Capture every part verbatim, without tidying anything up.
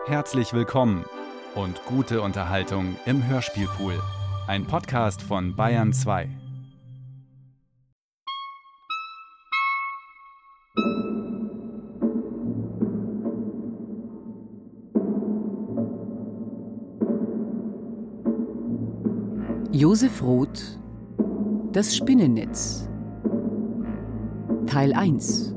Herzlich willkommen und gute Unterhaltung im Hörspielpool. Ein Podcast von Bayern zwei. Josef Roth, das Spinnennetz. Teil eins.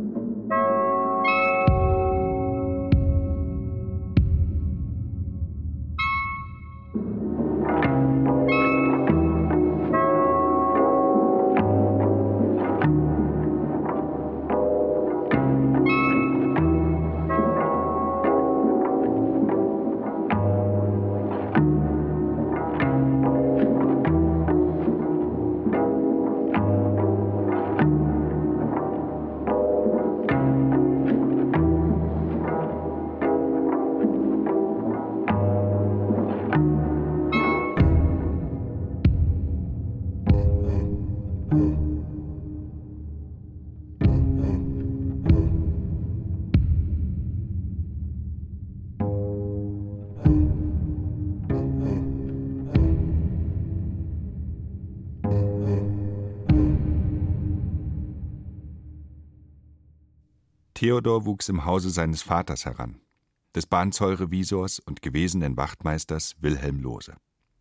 Theodor wuchs im Hause seines Vaters heran, des Bahnzollrevisors und gewesenen Wachtmeisters Wilhelm Lohse.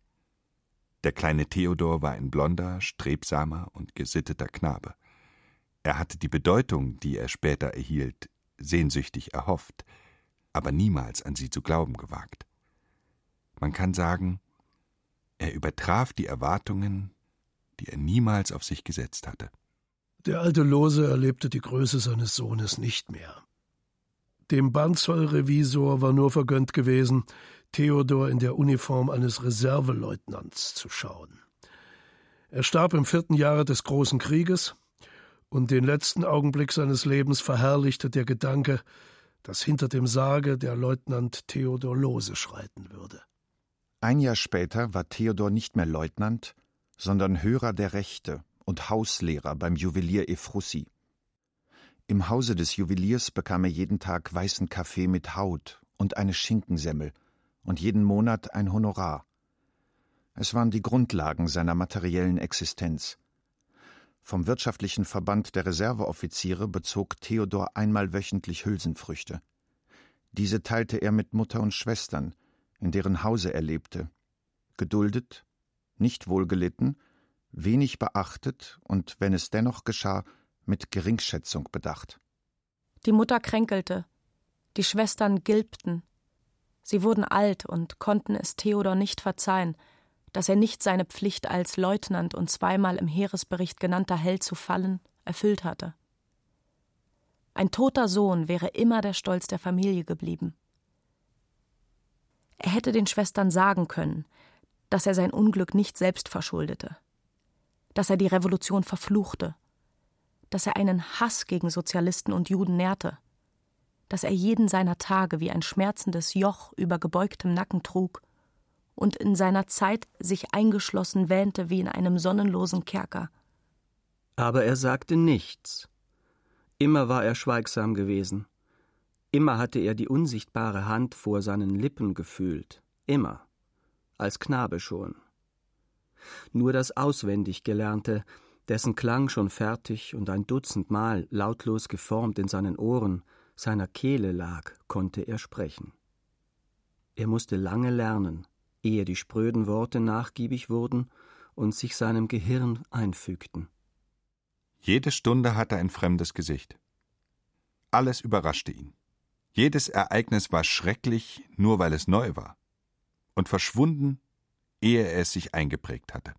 Der kleine Theodor war ein blonder, strebsamer und gesitteter Knabe. Er hatte die Bedeutung, die er später erhielt, sehnsüchtig erhofft, aber niemals an sie zu glauben gewagt. Man kann sagen, er übertraf die Erwartungen, die er niemals auf sich gesetzt hatte. Der alte Lohse erlebte die Größe seines Sohnes nicht mehr. Dem Bahnzollrevisor war nur vergönnt gewesen, Theodor in der Uniform eines Reserveleutnants zu schauen. Er starb im vierten Jahre des Großen Krieges, und den letzten Augenblick seines Lebens verherrlichte der Gedanke, dass hinter dem Sarge der Leutnant Theodor Lohse schreiten würde. Ein Jahr später war Theodor nicht mehr Leutnant, sondern Hörer der Rechte und Hauslehrer beim Juwelier Ephrussi. Im Hause des Juweliers bekam er jeden Tag weißen Kaffee mit Haut und eine Schinkensemmel und jeden Monat ein Honorar. Es waren die Grundlagen seiner materiellen Existenz. Vom wirtschaftlichen Verband der Reserveoffiziere bezog Theodor einmal wöchentlich Hülsenfrüchte. Diese teilte er mit Mutter und Schwestern, in deren Hause er lebte. Geduldet, nicht wohlgelitten, wenig beachtet und, wenn es dennoch geschah, mit Geringschätzung bedacht. Die Mutter kränkelte, die Schwestern gilbten. Sie wurden alt und konnten es Theodor nicht verzeihen, dass er nicht seine Pflicht als Leutnant und zweimal im Heeresbericht genannter Held zu fallen erfüllt hatte. Ein toter Sohn wäre immer der Stolz der Familie geblieben. Er hätte den Schwestern sagen können, dass er sein Unglück nicht selbst verschuldete, dass er die Revolution verfluchte, dass er einen Hass gegen Sozialisten und Juden nährte, dass er jeden seiner Tage wie ein schmerzendes Joch über gebeugtem Nacken trug und in seiner Zeit sich eingeschlossen wähnte wie in einem sonnenlosen Kerker. Aber er sagte nichts. Immer war er schweigsam gewesen. Immer hatte er die unsichtbare Hand vor seinen Lippen gefühlt. Immer. Als Knabe schon. Nur das Auswendiggelernte, dessen Klang schon fertig und ein Dutzend Mal lautlos geformt in seinen Ohren, seiner Kehle lag, konnte er sprechen. Er musste lange lernen, ehe die spröden Worte nachgiebig wurden und sich seinem Gehirn einfügten. Jede Stunde hatte ein fremdes Gesicht. Alles überraschte ihn. Jedes Ereignis war schrecklich, nur weil es neu war. Und verschwunden, ehe er es sich eingeprägt hatte.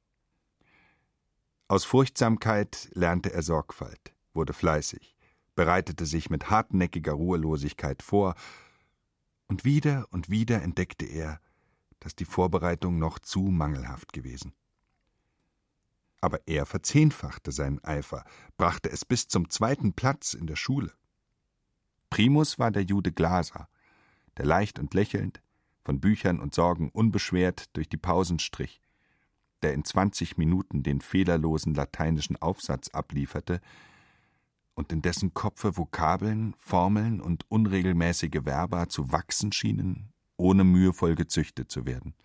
Aus Furchtsamkeit lernte er Sorgfalt, wurde fleißig, bereitete sich mit hartnäckiger Ruhelosigkeit vor, und wieder und wieder entdeckte er, dass die Vorbereitung noch zu mangelhaft gewesen. Aber er verzehnfachte seinen Eifer, brachte es bis zum zweiten Platz in der Schule. Primus war der Jude Glaser, der leicht und lächelnd, von Büchern und Sorgen unbeschwert durch die Pausen strich, der in zwanzig Minuten den fehlerlosen lateinischen Aufsatz ablieferte und in dessen Kopfe Vokabeln, Formeln und unregelmäßige Verba zu wachsen schienen, ohne mühevoll gezüchtet zu werden.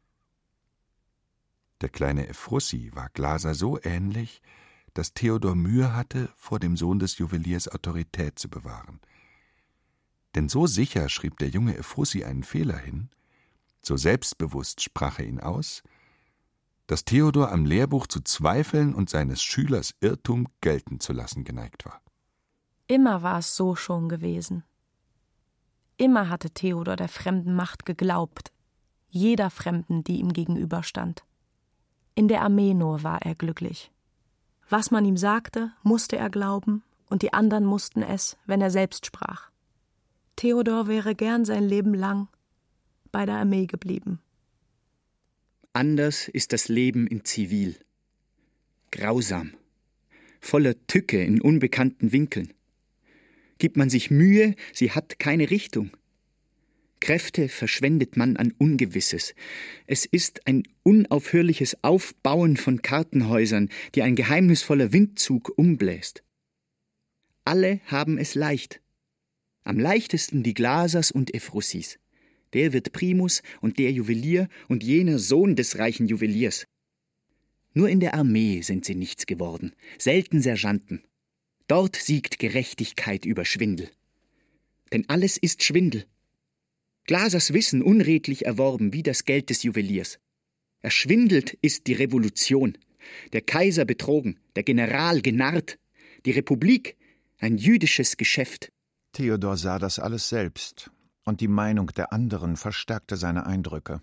Der kleine Ephrussi war Glaser so ähnlich, dass Theodor Mühe hatte, vor dem Sohn des Juweliers Autorität zu bewahren. Denn so sicher schrieb der junge Ephrussi einen Fehler hin, so selbstbewusst sprach er ihn aus, dass Theodor am Lehrbuch zu zweifeln und seines Schülers Irrtum gelten zu lassen geneigt war. Immer war es so schon gewesen. Immer hatte Theodor der fremden Macht geglaubt, jeder Fremden, die ihm gegenüberstand. In der Armee nur war er glücklich. Was man ihm sagte, musste er glauben, und die anderen mussten es, wenn er selbst sprach. Theodor wäre gern sein Leben lang bei der Armee geblieben. Anders ist das Leben in Zivil. Grausam, voller Tücke in unbekannten Winkeln. Gibt man sich Mühe, sie hat keine Richtung. Kräfte verschwendet man an Ungewisses. Es ist ein unaufhörliches Aufbauen von Kartenhäusern, die ein geheimnisvoller Windzug umbläst. Alle haben es leicht. Am leichtesten die Glasers und Ephrussis. Der wird Primus und der Juwelier und jener Sohn des reichen Juweliers. Nur in der Armee sind sie nichts geworden, selten Sergeanten. Dort siegt Gerechtigkeit über Schwindel. Denn alles ist Schwindel. Glasers Wissen unredlich erworben wie das Geld des Juweliers. Erschwindelt ist die Revolution, der Kaiser betrogen, der General genarrt, die Republik ein jüdisches Geschäft. Theodor sah das alles selbst, und die Meinung der anderen verstärkte seine Eindrücke.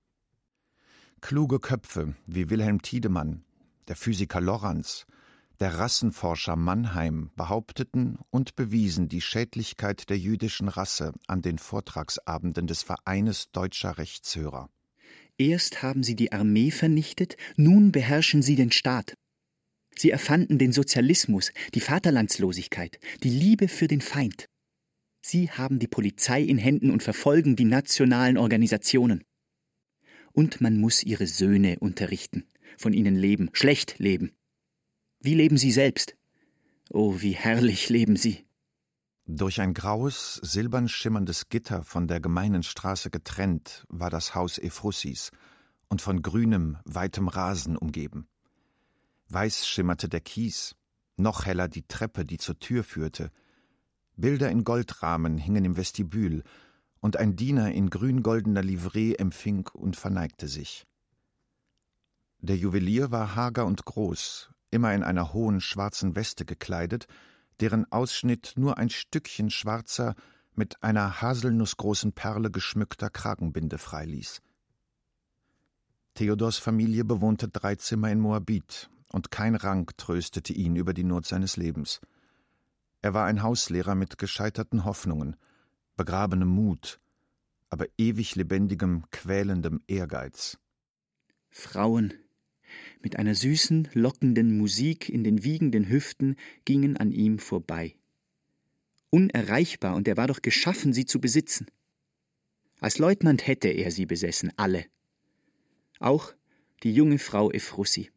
Kluge Köpfe wie Wilhelm Tiedemann, der Physiker Lorenz, der Rassenforscher Mannheim behaupteten und bewiesen die Schädlichkeit der jüdischen Rasse an den Vortragsabenden des Vereines Deutscher Rechtshörer. Erst haben sie die Armee vernichtet, nun beherrschen sie den Staat. Sie erfanden den Sozialismus, die Vaterlandslosigkeit, die Liebe für den Feind. Sie haben die Polizei in Händen und verfolgen die nationalen Organisationen. Und man muss ihre Söhne unterrichten, von ihnen leben, schlecht leben. Wie leben sie selbst? Oh, wie herrlich leben sie. Durch ein graues, silbern schimmerndes Gitter von der gemeinen Straße getrennt war das Haus Ephrussis und von grünem, weitem Rasen umgeben. Weiß schimmerte der Kies, noch heller die Treppe, die zur Tür führte. Bilder in Goldrahmen hingen im Vestibül, und ein Diener in grün-goldener Livree empfing und verneigte sich. Der Juwelier war hager und groß, immer in einer hohen schwarzen Weste gekleidet, deren Ausschnitt nur ein Stückchen schwarzer, mit einer haselnussgroßen Perle geschmückter Kragenbinde freiließ. Theodors Familie bewohnte drei Zimmer in Moabit, und kein Rang tröstete ihn über die Not seines Lebens. Er war ein Hauslehrer mit gescheiterten Hoffnungen, begrabenem Mut, aber ewig lebendigem, quälendem Ehrgeiz. Frauen mit einer süßen, lockenden Musik in den wiegenden Hüften gingen an ihm vorbei. Unerreichbar, und er war doch geschaffen, sie zu besitzen. Als Leutnant hätte er sie besessen, alle. Auch die junge Frau Ephrussi.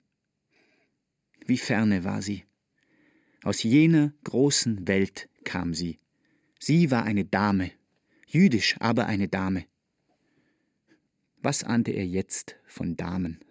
Wie ferne war sie. Aus jener großen Welt kam sie. Sie war eine Dame, jüdisch, aber eine Dame. Was ahnte er jetzt von Damen?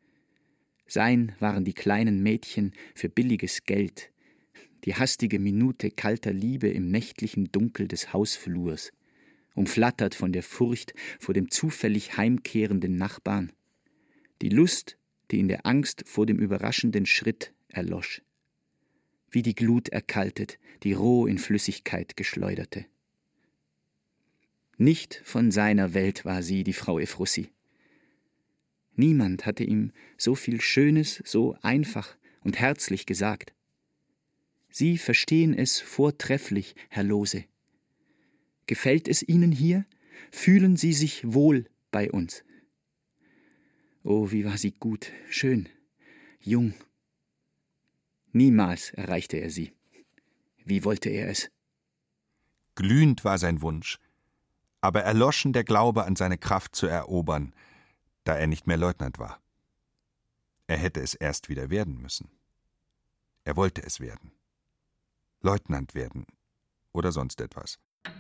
Sein waren die kleinen Mädchen für billiges Geld, die hastige Minute kalter Liebe im nächtlichen Dunkel des Hausflurs, umflattert von der Furcht vor dem zufällig heimkehrenden Nachbarn, die Lust, die in der Angst vor dem überraschenden Schritt erlosch, wie die Glut erkaltet, die roh in Flüssigkeit geschleuderte. Nicht von seiner Welt war sie, die Frau Ephrussi. Niemand hatte ihm so viel Schönes, so einfach und herzlich gesagt. Sie verstehen es vortrefflich, Herr Lohse. Gefällt es Ihnen hier? Fühlen Sie sich wohl bei uns? Oh, wie war sie gut, schön, jung. Niemals erreichte er sie. Wie wollte er es? Glühend war sein Wunsch, aber erloschen der Glaube an seine Kraft zu erobern, da er nicht mehr Leutnant war. Er hätte es erst wieder werden müssen. Er wollte es werden. Leutnant werden oder sonst etwas.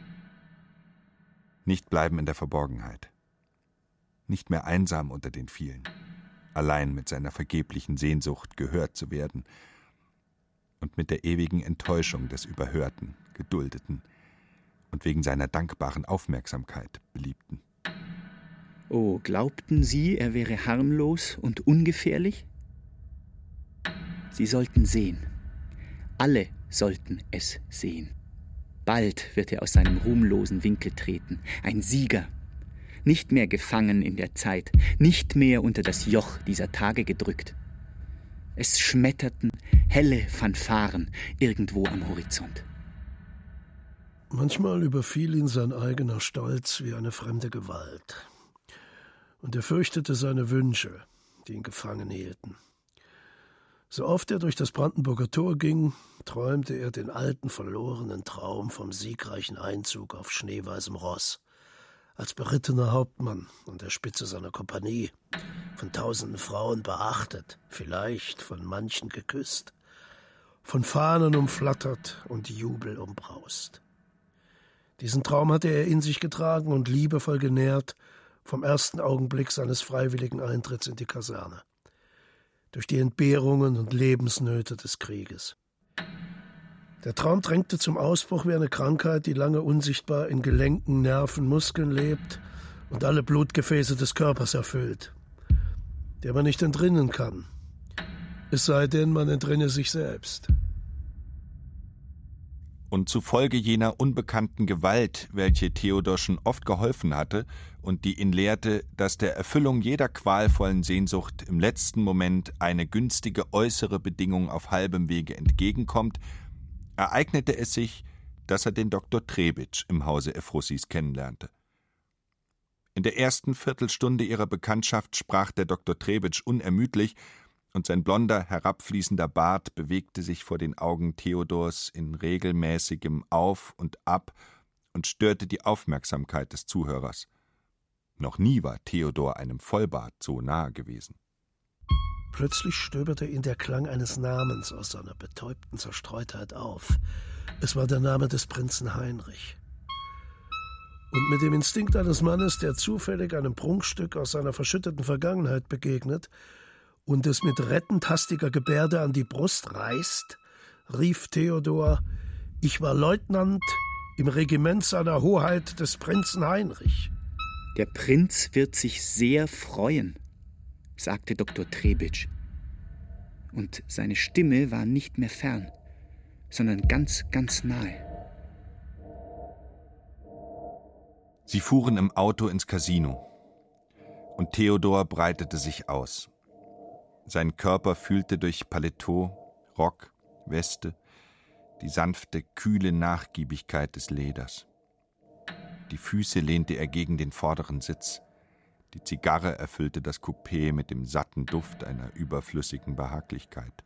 Nicht bleiben in der Verborgenheit. Nicht mehr einsam unter den vielen, allein mit seiner vergeblichen Sehnsucht gehört zu werden und mit der ewigen Enttäuschung des Überhörten, Geduldeten und wegen seiner dankbaren Aufmerksamkeit Beliebten. Oh, glaubten Sie, er wäre harmlos und ungefährlich? Sie sollten sehen. Alle sollten es sehen. Bald wird er aus seinem ruhmlosen Winkel treten, ein Sieger. Nicht mehr gefangen in der Zeit, nicht mehr unter das Joch dieser Tage gedrückt. Es schmetterten helle Fanfaren irgendwo am Horizont. Manchmal überfiel ihn sein eigener Stolz wie eine fremde Gewalt. Und er fürchtete seine Wünsche, die ihn gefangen hielten. So oft er durch das Brandenburger Tor ging, träumte er den alten, verlorenen Traum vom siegreichen Einzug auf schneeweißem Ross, als berittener Hauptmann an der Spitze seiner Kompanie, von tausenden Frauen beachtet, vielleicht von manchen geküsst, von Fahnen umflattert und Jubel umbraust. Diesen Traum hatte er in sich getragen und liebevoll genährt vom ersten Augenblick seines freiwilligen Eintritts in die Kaserne, durch die Entbehrungen und Lebensnöte des Krieges. Der Traum drängte zum Ausbruch wie eine Krankheit, die lange unsichtbar in Gelenken, Nerven, Muskeln lebt und alle Blutgefäße des Körpers erfüllt, der man nicht entrinnen kann, es sei denn, man entrinne sich selbst. Und zufolge jener unbekannten Gewalt, welche Theodor schon oft geholfen hatte und die ihn lehrte, dass der Erfüllung jeder qualvollen Sehnsucht im letzten Moment eine günstige äußere Bedingung auf halbem Wege entgegenkommt, ereignete es sich, dass er den Doktor Trebitsch im Hause Ephrussis kennenlernte. In der ersten Viertelstunde ihrer Bekanntschaft sprach der Doktor Trebitsch unermüdlich, und sein blonder, herabfließender Bart bewegte sich vor den Augen Theodors in regelmäßigem Auf und Ab und störte die Aufmerksamkeit des Zuhörers. Noch nie war Theodor einem Vollbart so nahe gewesen. Plötzlich stöberte ihn der Klang eines Namens aus seiner betäubten Zerstreutheit auf. Es war der Name des Prinzen Heinrich. Und mit dem Instinkt eines Mannes, der zufällig einem Prunkstück aus seiner verschütteten Vergangenheit begegnet und es mit rettend hastiger Gebärde an die Brust reißt, rief Theodor: »Ich war Leutnant im Regiment seiner Hoheit des Prinzen Heinrich.« »Der Prinz wird sich sehr freuen«, sagte Doktor Trebitsch. Und seine Stimme war nicht mehr fern, sondern ganz, ganz nahe. Sie fuhren im Auto ins Casino, und Theodor breitete sich aus. Sein Körper fühlte durch Paletot, Rock, Weste die sanfte, kühle Nachgiebigkeit des Leders. Die Füße lehnte er gegen den vorderen Sitz. Die Zigarre erfüllte das Coupé mit dem satten Duft einer überflüssigen Behaglichkeit.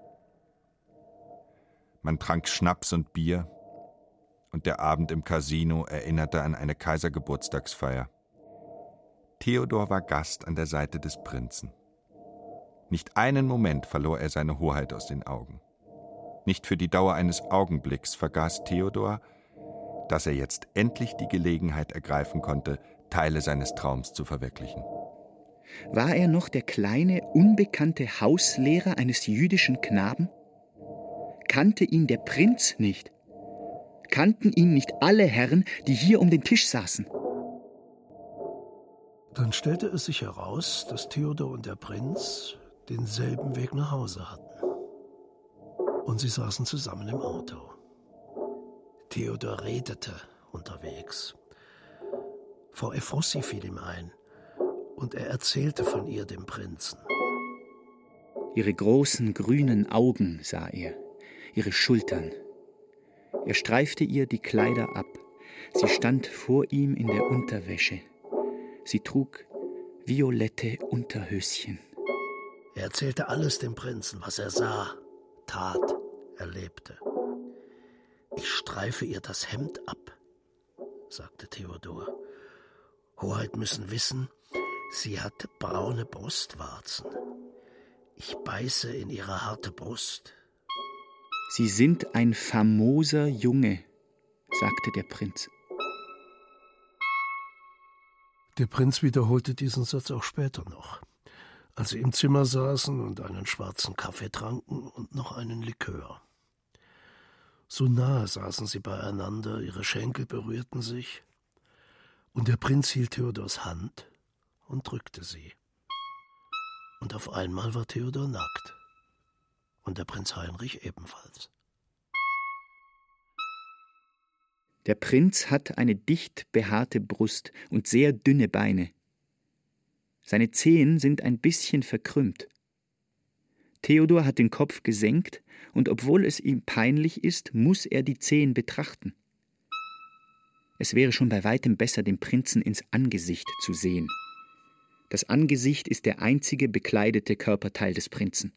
Man trank Schnaps und Bier, und der Abend im Casino erinnerte an eine Kaisergeburtstagsfeier. Theodor war Gast an der Seite des Prinzen. Nicht einen Moment verlor er seine Hoheit aus den Augen. Nicht für die Dauer eines Augenblicks vergaß Theodor, dass er jetzt endlich die Gelegenheit ergreifen konnte, Teile seines Traums zu verwirklichen. War er noch der kleine, unbekannte Hauslehrer eines jüdischen Knaben? Kannte ihn der Prinz nicht? Kannten ihn nicht alle Herren, die hier um den Tisch saßen? Dann stellte es sich heraus, dass Theodor und der Prinz denselben Weg nach Hause hatten. Und sie saßen zusammen im Auto. Theodor redete unterwegs. Frau Ephrussi fiel ihm ein, und er erzählte von ihr dem Prinzen. Ihre großen grünen Augen sah er, ihre Schultern. Er streifte ihr die Kleider ab. Sie stand vor ihm in der Unterwäsche. Sie trug violette Unterhöschen. Er erzählte alles dem Prinzen, was er sah, tat, erlebte. »Ich streife ihr das Hemd ab«, sagte Theodor. »Hoheit müssen wissen, sie hatte braune Brustwarzen. Ich beiße in ihre harte Brust.« »Sie sind ein famoser Junge«, sagte der Prinz. Der Prinz wiederholte diesen Satz auch später noch, als sie im Zimmer saßen und einen schwarzen Kaffee tranken und noch einen Likör. So nahe saßen sie beieinander, ihre Schenkel berührten sich, und der Prinz hielt Theodors Hand und drückte sie. Und auf einmal war Theodor nackt, und der Prinz Heinrich ebenfalls. Der Prinz hat eine dicht behaarte Brust und sehr dünne Beine. Seine Zehen sind ein bisschen verkrümmt. Theodor hat den Kopf gesenkt, und obwohl es ihm peinlich ist, muss er die Zehen betrachten. Es wäre schon bei weitem besser, dem Prinzen ins Angesicht zu sehen. Das Angesicht ist der einzige bekleidete Körperteil des Prinzen.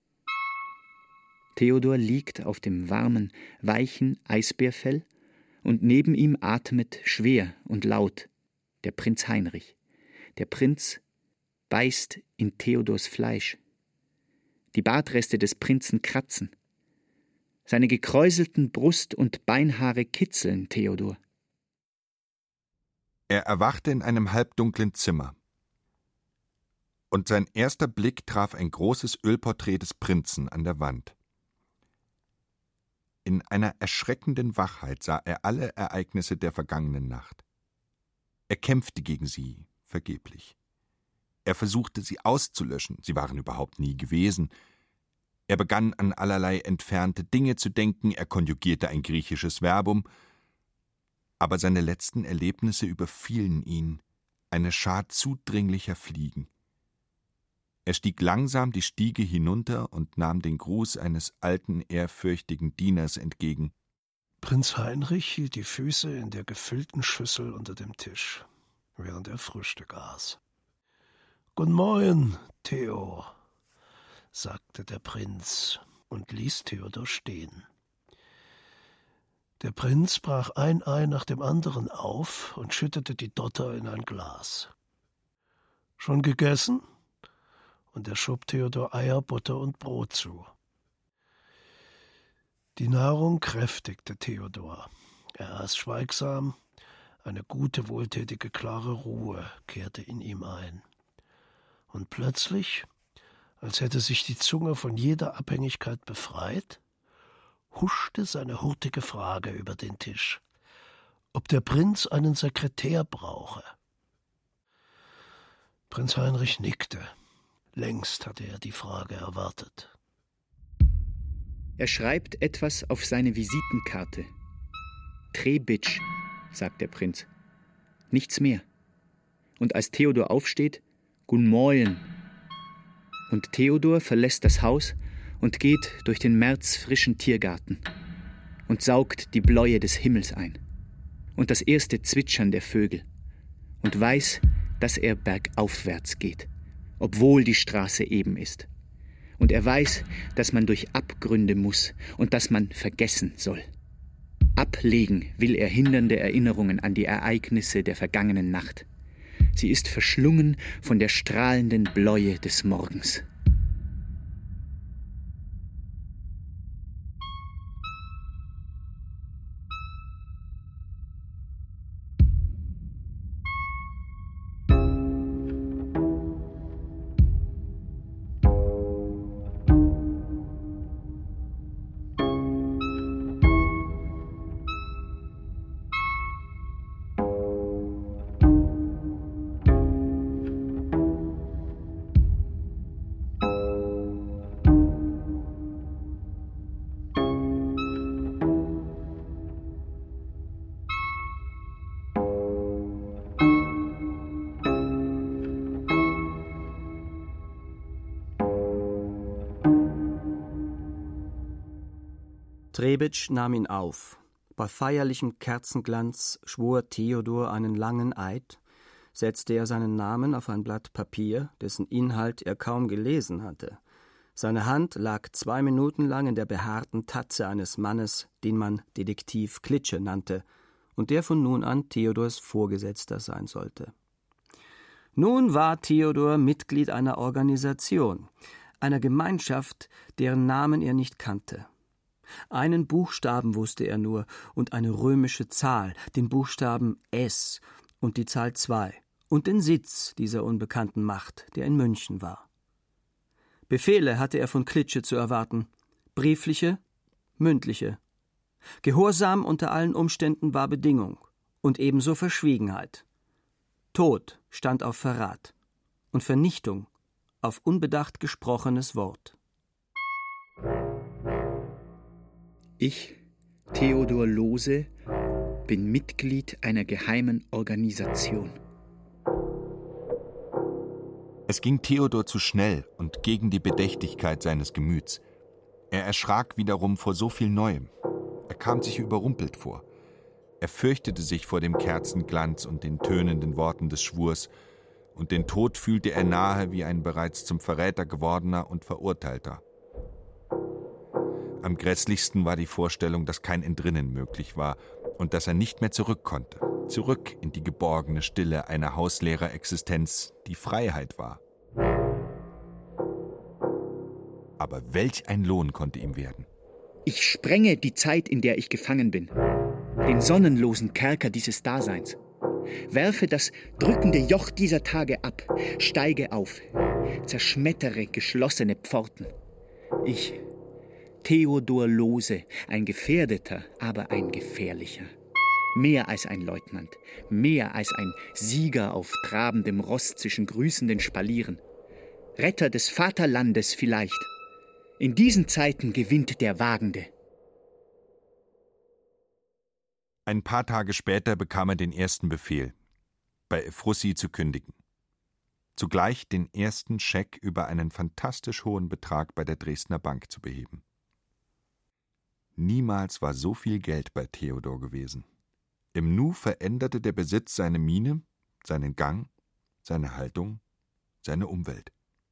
Theodor liegt auf dem warmen, weichen Eisbärfell, und neben ihm atmet schwer und laut der Prinz Heinrich. Der Prinz beißt in Theodors Fleisch. Die Bartreste des Prinzen kratzen. Seine gekräuselten Brust- und Beinhaare kitzeln Theodor. Er erwachte in einem halbdunklen Zimmer. Und sein erster Blick traf ein großes Ölporträt des Prinzen an der Wand. In einer erschreckenden Wachheit sah er alle Ereignisse der vergangenen Nacht. Er kämpfte gegen sie, vergeblich. Er versuchte, sie auszulöschen, sie waren überhaupt nie gewesen. Er begann an allerlei entfernte Dinge zu denken, er konjugierte ein griechisches Verbum, aber seine letzten Erlebnisse überfielen ihn, eine Schar zudringlicher Fliegen. Er stieg langsam die Stiege hinunter und nahm den Gruß eines alten, ehrfürchtigen Dieners entgegen. Prinz Heinrich hielt die Füße in der gefüllten Schüssel unter dem Tisch, während er Frühstück aß. »Guten Morgen, Theo«, sagte der Prinz und ließ Theodor stehen. Der Prinz brach ein Ei nach dem anderen auf und schüttete die Dotter in ein Glas. »Schon gegessen?« Und er schob Theodor Eier, Butter und Brot zu. Die Nahrung kräftigte Theodor. Er aß schweigsam, eine gute, wohltätige, klare Ruhe kehrte in ihm ein. Und plötzlich, als hätte sich die Zunge von jeder Abhängigkeit befreit, huschte seine hurtige Frage über den Tisch, ob der Prinz einen Sekretär brauche. Prinz Heinrich nickte. Längst hatte er die Frage erwartet. Er schreibt etwas auf seine Visitenkarte. Trebitsch, sagt der Prinz. Nichts mehr. Und als Theodor aufsteht, Guten Morgen. Und Theodor verlässt das Haus und geht durch den märzfrischen Tiergarten und saugt die Bläue des Himmels ein und das erste Zwitschern der Vögel und weiß, dass er bergaufwärts geht, obwohl die Straße eben ist. Und er weiß, dass man durch Abgründe muss und dass man vergessen soll. Ablegen will er hindernde Erinnerungen an die Ereignisse der vergangenen Nacht. Sie ist verschlungen von der strahlenden Bläue des Morgens. Trebitsch nahm ihn auf. Bei feierlichem Kerzenglanz schwor Theodor einen langen Eid, setzte er seinen Namen auf ein Blatt Papier, dessen Inhalt er kaum gelesen hatte. Seine Hand lag zwei Minuten lang in der behaarten Tatze eines Mannes, den man Detektiv Klitsche nannte, und der von nun an Theodors Vorgesetzter sein sollte. Nun war Theodor Mitglied einer Organisation, einer Gemeinschaft, deren Namen er nicht kannte. Einen Buchstaben wusste er nur und eine römische Zahl, den Buchstaben S und die Zahl zwei und den Sitz dieser unbekannten Macht, der in München war. Befehle hatte er von Klitsche zu erwarten, briefliche, mündliche. Gehorsam unter allen Umständen war Bedingung und ebenso Verschwiegenheit. Tod stand auf Verrat und Vernichtung auf unbedacht gesprochenes Wort. Ich, Theodor Lohse, bin Mitglied einer geheimen Organisation. Es ging Theodor zu schnell und gegen die Bedächtigkeit seines Gemüts. Er erschrak wiederum vor so viel Neuem. Er kam sich überrumpelt vor. Er fürchtete sich vor dem Kerzenglanz und den tönenden Worten des Schwurs, und den Tod fühlte er nahe wie ein bereits zum Verräter gewordener und Verurteilter. Am grässlichsten war die Vorstellung, dass kein Entrinnen möglich war und dass er nicht mehr zurück konnte, zurück in die geborgene Stille einer Hauslehrerixistenz, die Freiheit war. Aber welch ein Lohn konnte ihm werden? Ich sprenge die Zeit, in der ich gefangen bin, den sonnenlosen Kerker dieses Daseins, werfe das drückende Joch dieser Tage ab, steige auf, zerschmettere geschlossene Pforten. Ich, Theodor Lohse, ein Gefährdeter, aber ein Gefährlicher. Mehr als ein Leutnant, mehr als ein Sieger auf trabendem Ross zwischen grüßenden Spalieren. Retter des Vaterlandes vielleicht. In diesen Zeiten gewinnt der Wagende. Ein paar Tage später bekam er den ersten Befehl, bei Ephrussi zu kündigen. Zugleich den ersten Scheck über einen fantastisch hohen Betrag bei der Dresdner Bank zu beheben. Niemals war so viel Geld bei Theodor gewesen. Im Nu veränderte der Besitz seine Miene, seinen Gang, seine Haltung, seine Umwelt.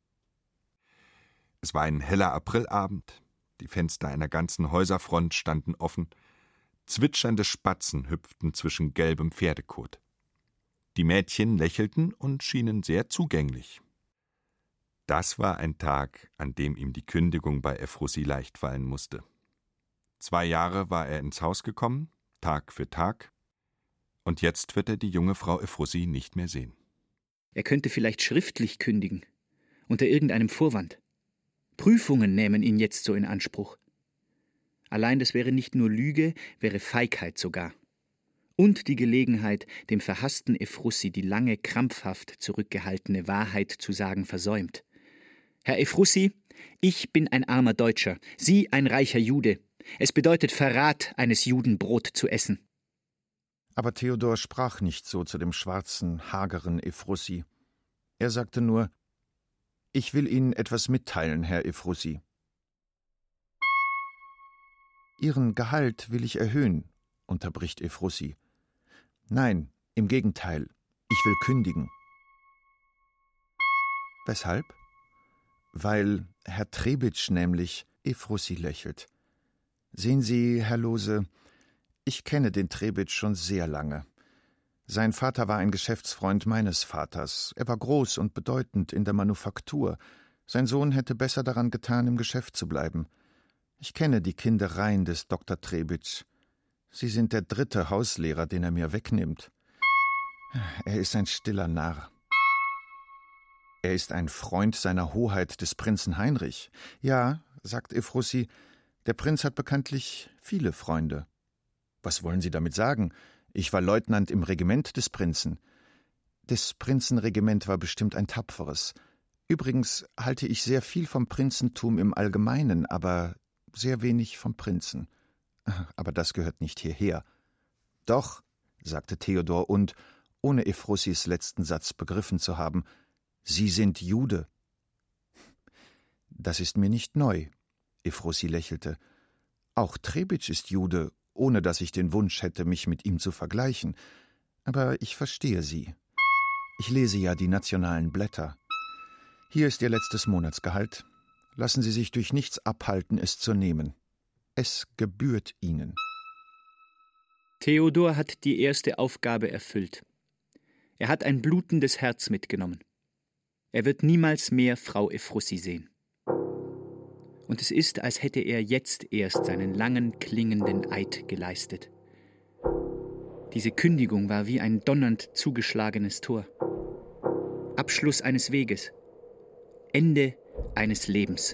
Es war ein heller Aprilabend, die Fenster einer ganzen Häuserfront standen offen, zwitschernde Spatzen hüpften zwischen gelbem Pferdekot. Die Mädchen lächelten und schienen sehr zugänglich. Das war ein Tag, an dem ihm die Kündigung bei Ephrussi leicht fallen musste. Zwei Jahre war er ins Haus gekommen, Tag für Tag, und jetzt wird er die junge Frau Ephrussi nicht mehr sehen. Er könnte vielleicht schriftlich kündigen, unter irgendeinem Vorwand. Prüfungen nehmen ihn jetzt so in Anspruch. Allein das wäre nicht nur Lüge, wäre Feigheit sogar. Und die Gelegenheit, dem verhassten Ephrussi die lange, krampfhaft zurückgehaltene Wahrheit zu sagen, versäumt. Herr Ephrussi, ich bin ein armer Deutscher, Sie ein reicher Jude. Es bedeutet Verrat, eines Juden Brot zu essen. Aber Theodor sprach nicht so zu dem schwarzen, hageren Ephrussi. Er sagte nur: »Ich will Ihnen etwas mitteilen, Herr Ephrussi. Ihren Gehalt will ich erhöhen«, unterbricht Ephrussi. »Nein, im Gegenteil, ich will kündigen.« »Weshalb?« »Weil Herr Trebitsch nämlich«, Ephrussi lächelt. »Sehen Sie, Herr Lohse, ich kenne den Trebitsch schon sehr lange. Sein Vater war ein Geschäftsfreund meines Vaters. Er war groß und bedeutend in der Manufaktur. Sein Sohn hätte besser daran getan, im Geschäft zu bleiben. Ich kenne die Kindereien des Doktor Trebitsch. Sie sind der dritte Hauslehrer, den er mir wegnimmt. Er ist ein stiller Narr. Er ist ein Freund seiner Hoheit des Prinzen Heinrich. Ja, sagt Ephrussi, der Prinz hat bekanntlich viele Freunde. Was wollen Sie damit sagen? Ich war Leutnant im Regiment des Prinzen. Des Prinzen Regiment war bestimmt ein tapferes. Übrigens halte ich sehr viel vom Prinzentum im Allgemeinen, aber sehr wenig vom Prinzen. Aber das gehört nicht hierher. Doch, sagte Theodor und, ohne Ephrussis letzten Satz begriffen zu haben, Sie sind Jude. Das ist mir nicht neu, Ephrussi lächelte. Auch Trebitsch ist Jude, ohne dass ich den Wunsch hätte, mich mit ihm zu vergleichen. Aber ich verstehe Sie. Ich lese ja die nationalen Blätter. Hier ist Ihr letztes Monatsgehalt. Lassen Sie sich durch nichts abhalten, es zu nehmen. Es gebührt Ihnen. Theodor hat die erste Aufgabe erfüllt. Er hat ein blutendes Herz mitgenommen. Er wird niemals mehr Frau Ephrussi sehen. und es ist, als hätte er jetzt erst seinen langen, klingenden Eid geleistet. Diese Kündigung war wie ein donnernd zugeschlagenes Tor. Abschluss eines Weges. Ende eines Lebens.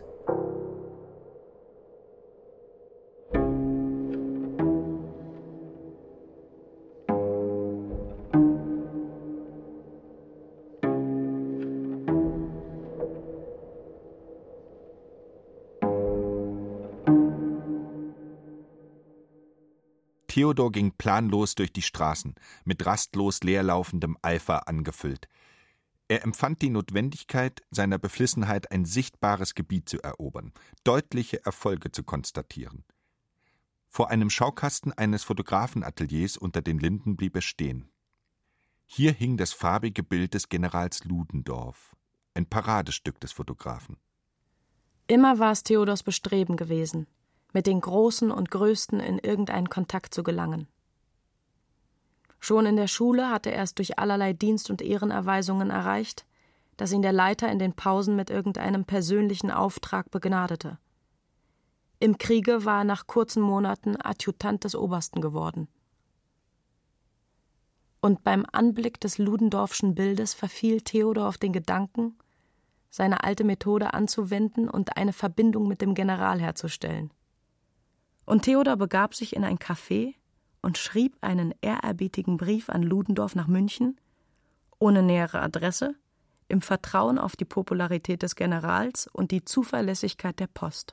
Theodor ging planlos durch die Straßen, mit rastlos leerlaufendem Eifer angefüllt. Er empfand die Notwendigkeit, seiner Beflissenheit ein sichtbares Gebiet zu erobern, deutliche Erfolge zu konstatieren. Vor einem Schaukasten eines Fotografenateliers unter den Linden blieb er stehen. Hier hing das farbige Bild des Generals Ludendorff, ein Paradestück des Fotografen. Immer war es Theodors Bestreben gewesen, mit den Großen und Größten in irgendeinen Kontakt zu gelangen. Schon in der Schule hatte er es durch allerlei Dienst- und Ehrenerweisungen erreicht, dass ihn der Leiter in den Pausen mit irgendeinem persönlichen Auftrag begnadete. Im Kriege war er nach kurzen Monaten Adjutant des Obersten geworden. Und beim Anblick des Ludendorffschen Bildes verfiel Theodor auf den Gedanken, seine alte Methode anzuwenden und eine Verbindung mit dem General herzustellen. Und Theodor begab sich in ein Café und schrieb einen ehrerbietigen Brief an Ludendorff nach München, ohne nähere Adresse, im Vertrauen auf die Popularität des Generals und die Zuverlässigkeit der Post.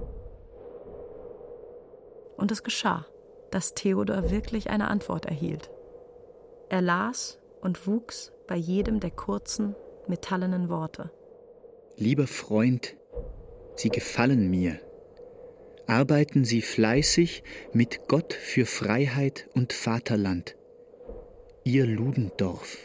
Und es geschah, dass Theodor wirklich eine Antwort erhielt. Er las und wuchs bei jedem der kurzen, metallenen Worte. Lieber Freund, Sie gefallen mir. Arbeiten Sie fleißig mit Gott für Freiheit und Vaterland. Ihr Ludendorff.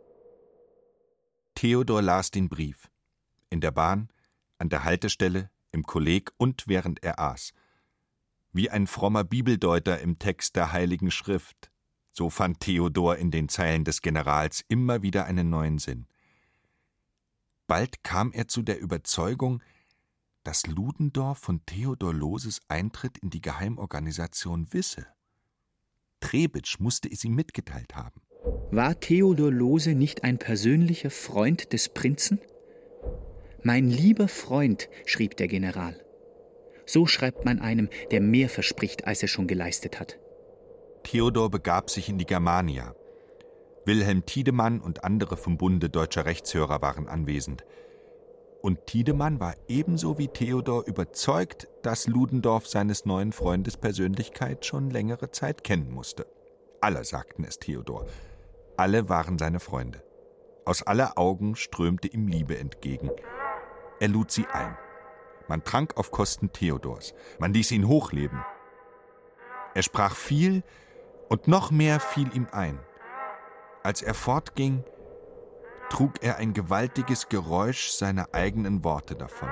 Theodor las den Brief. In der Bahn, an der Haltestelle, im Kolleg und während er aß. Wie ein frommer Bibeldeuter im Text der Heiligen Schrift. So fand Theodor in den Zeilen des Generals immer wieder einen neuen Sinn. Bald kam er zu der Überzeugung, dass Ludendorff von Theodor Lohses Eintritt in die Geheimorganisation wisse. Trebitsch musste es ihm mitgeteilt haben. War Theodor Lohse nicht ein persönlicher Freund des Prinzen? »Mein lieber Freund«, schrieb der General. So schreibt man einem, der mehr verspricht, als er schon geleistet hat. Theodor begab sich in die Germania. Wilhelm Tiedemann und andere vom Bunde deutscher Rechtshörer waren anwesend. Und Tiedemann war ebenso wie Theodor überzeugt, dass Ludendorff seines neuen Freundes Persönlichkeit schon längere Zeit kennen musste. Alle sagten es Theodor. Alle waren seine Freunde. Aus aller Augen strömte ihm Liebe entgegen. Er lud sie ein. Man trank auf Kosten Theodors. Man ließ ihn hochleben. Er sprach viel und noch mehr fiel ihm ein. Als er fortging, trug er ein gewaltiges Geräusch seiner eigenen Worte davon.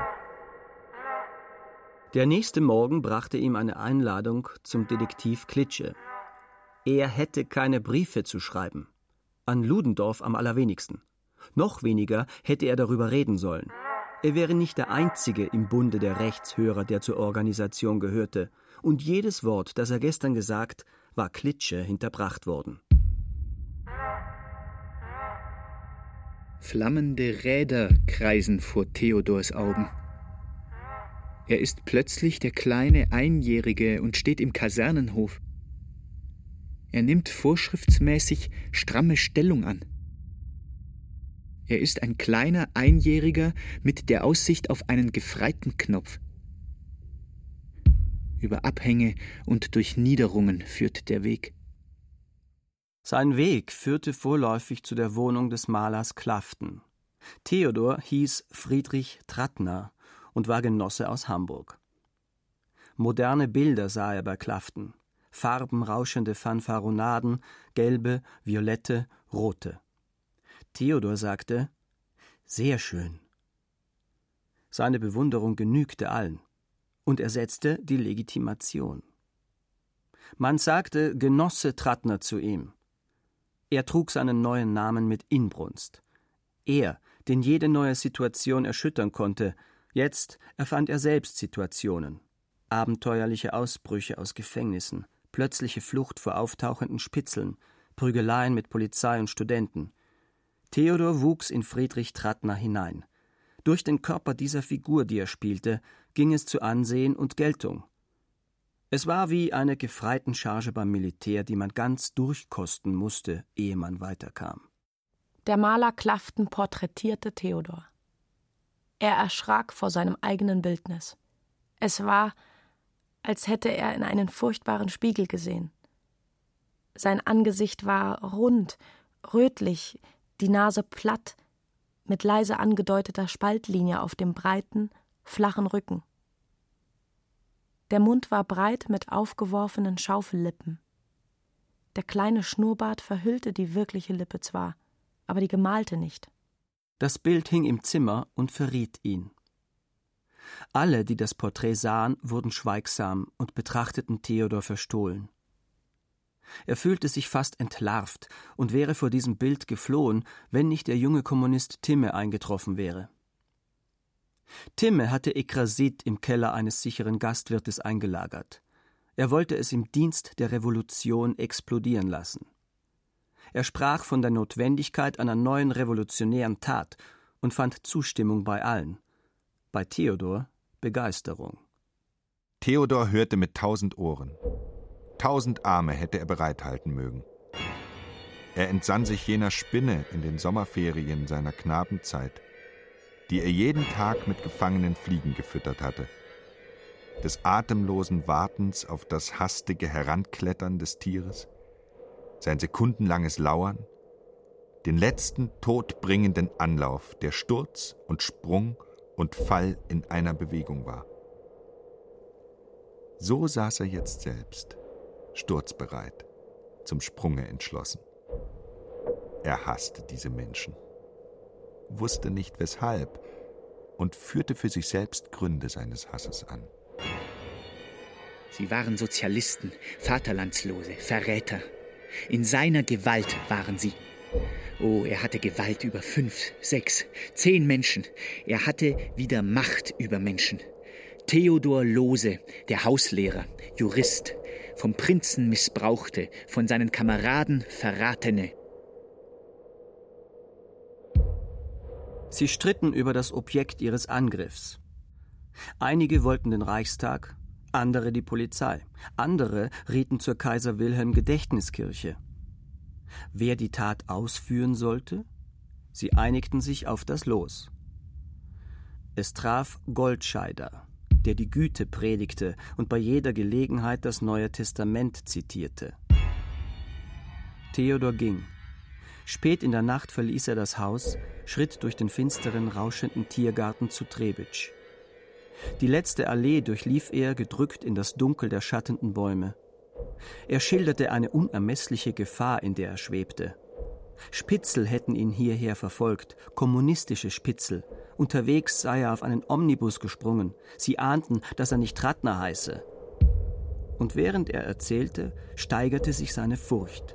Der nächste Morgen brachte ihm eine Einladung zum Detektiv Klitsche. Er hätte keine Briefe zu schreiben. An Ludendorff am allerwenigsten. Noch weniger hätte er darüber reden sollen. Er wäre nicht der Einzige im Bunde der Rechtshörer, der zur Organisation gehörte. Und jedes Wort, das er gestern gesagt, war Klitsche hinterbracht worden. Flammende Räder kreisen vor Theodors Augen. Er ist plötzlich der kleine Einjährige und steht im Kasernenhof. Er nimmt vorschriftsmäßig stramme Stellung an. Er ist ein kleiner Einjähriger mit der Aussicht auf einen gefreiten Knopf. Über Abhänge und durch Niederungen führt der Weg. Sein Weg führte vorläufig zu der Wohnung des Malers Klaften. Theodor hieß Friedrich Trattner und war Genosse aus Hamburg. Moderne Bilder sah er bei Klaften, farbenrauschende Fanfaronaden, gelbe, violette, rote. Theodor sagte, »Sehr schön.« Seine Bewunderung genügte allen, und er setzte die Legitimation. Man sagte Genosse Trattner zu ihm. Er trug seinen neuen Namen mit Inbrunst. Er, den jede neue Situation erschüttern konnte, Jetzt erfand er selbst Situationen, abenteuerliche Ausbrüche aus Gefängnissen, plötzliche Flucht vor auftauchenden Spitzeln, Prügeleien mit Polizei und Studenten. Theodor wuchs in Friedrich Trattner hinein. Durch den Körper dieser Figur, die er spielte, ging es zu Ansehen und Geltung. Es war wie eine Gefreitencharge beim Militär, die man ganz durchkosten musste, ehe man weiterkam. Der Maler Klaften porträtierte Theodor. Er erschrak vor seinem eigenen Bildnis. Es war, als hätte er in einen furchtbaren Spiegel gesehen. Sein Angesicht war rund, rötlich, die Nase platt, mit leise angedeuteter Spaltlinie auf dem breiten, flachen Rücken. Der Mund war breit mit aufgeworfenen Schaufellippen. Der kleine Schnurrbart verhüllte die wirkliche Lippe zwar, aber die gemalte nicht. Das Bild hing im Zimmer und verriet ihn. Alle, die das Porträt sahen, wurden schweigsam und betrachteten Theodor verstohlen. Er fühlte sich fast entlarvt und wäre vor diesem Bild geflohen, wenn nicht der junge Kommunist Timme eingetroffen wäre. Timme hatte Ekrasit im Keller eines sicheren Gastwirtes eingelagert. Er wollte es im Dienst der Revolution explodieren lassen. Er sprach von der Notwendigkeit einer neuen revolutionären Tat und fand Zustimmung bei allen. Bei Theodor Begeisterung. Theodor hörte mit tausend Ohren. Tausend Arme hätte er bereithalten mögen. Er entsann sich jener Spinne in den Sommerferien seiner Knabenzeit, die er jeden Tag mit gefangenen Fliegen gefüttert hatte. Des atemlosen Wartens auf das hastige Heranklettern des Tieres, sein sekundenlanges Lauern, den letzten todbringenden Anlauf, der Sturz und Sprung und Fall in einer Bewegung war. So saß er jetzt selbst, sturzbereit, zum Sprunge entschlossen. Er hasste diese Menschen, wusste nicht weshalb und führte für sich selbst Gründe seines Hasses an. Sie waren Sozialisten, Vaterlandslose, Verräter. In seiner Gewalt waren sie. Oh, er hatte Gewalt über fünf, sechs, zehn Menschen. Er hatte wieder Macht über Menschen. Theodor Lohse, der Hauslehrer, Jurist, vom Prinzen Missbrauchte, von seinen Kameraden Verratene. Sie stritten über das Objekt ihres Angriffs. Einige wollten den Reichstag, andere die Polizei, andere rieten zur Kaiser-Wilhelm-Gedächtniskirche. Wer die Tat ausführen sollte? Sie einigten sich auf das Los. Es traf Goldscheider, der die Güte predigte und bei jeder Gelegenheit das Neue Testament zitierte. Theodor ging. Spät in der Nacht verließ er das Haus, schritt durch den finsteren, rauschenden Tiergarten zu Trebitsch. Die letzte Allee durchlief er, gedrückt in das Dunkel der schattenden Bäume. Er schilderte eine unermessliche Gefahr, in der er schwebte. Spitzel hätten ihn hierher verfolgt, kommunistische Spitzel. Unterwegs sei er auf einen Omnibus gesprungen. Sie ahnten, dass er nicht Trattner heiße. Und während er erzählte, steigerte sich seine Furcht.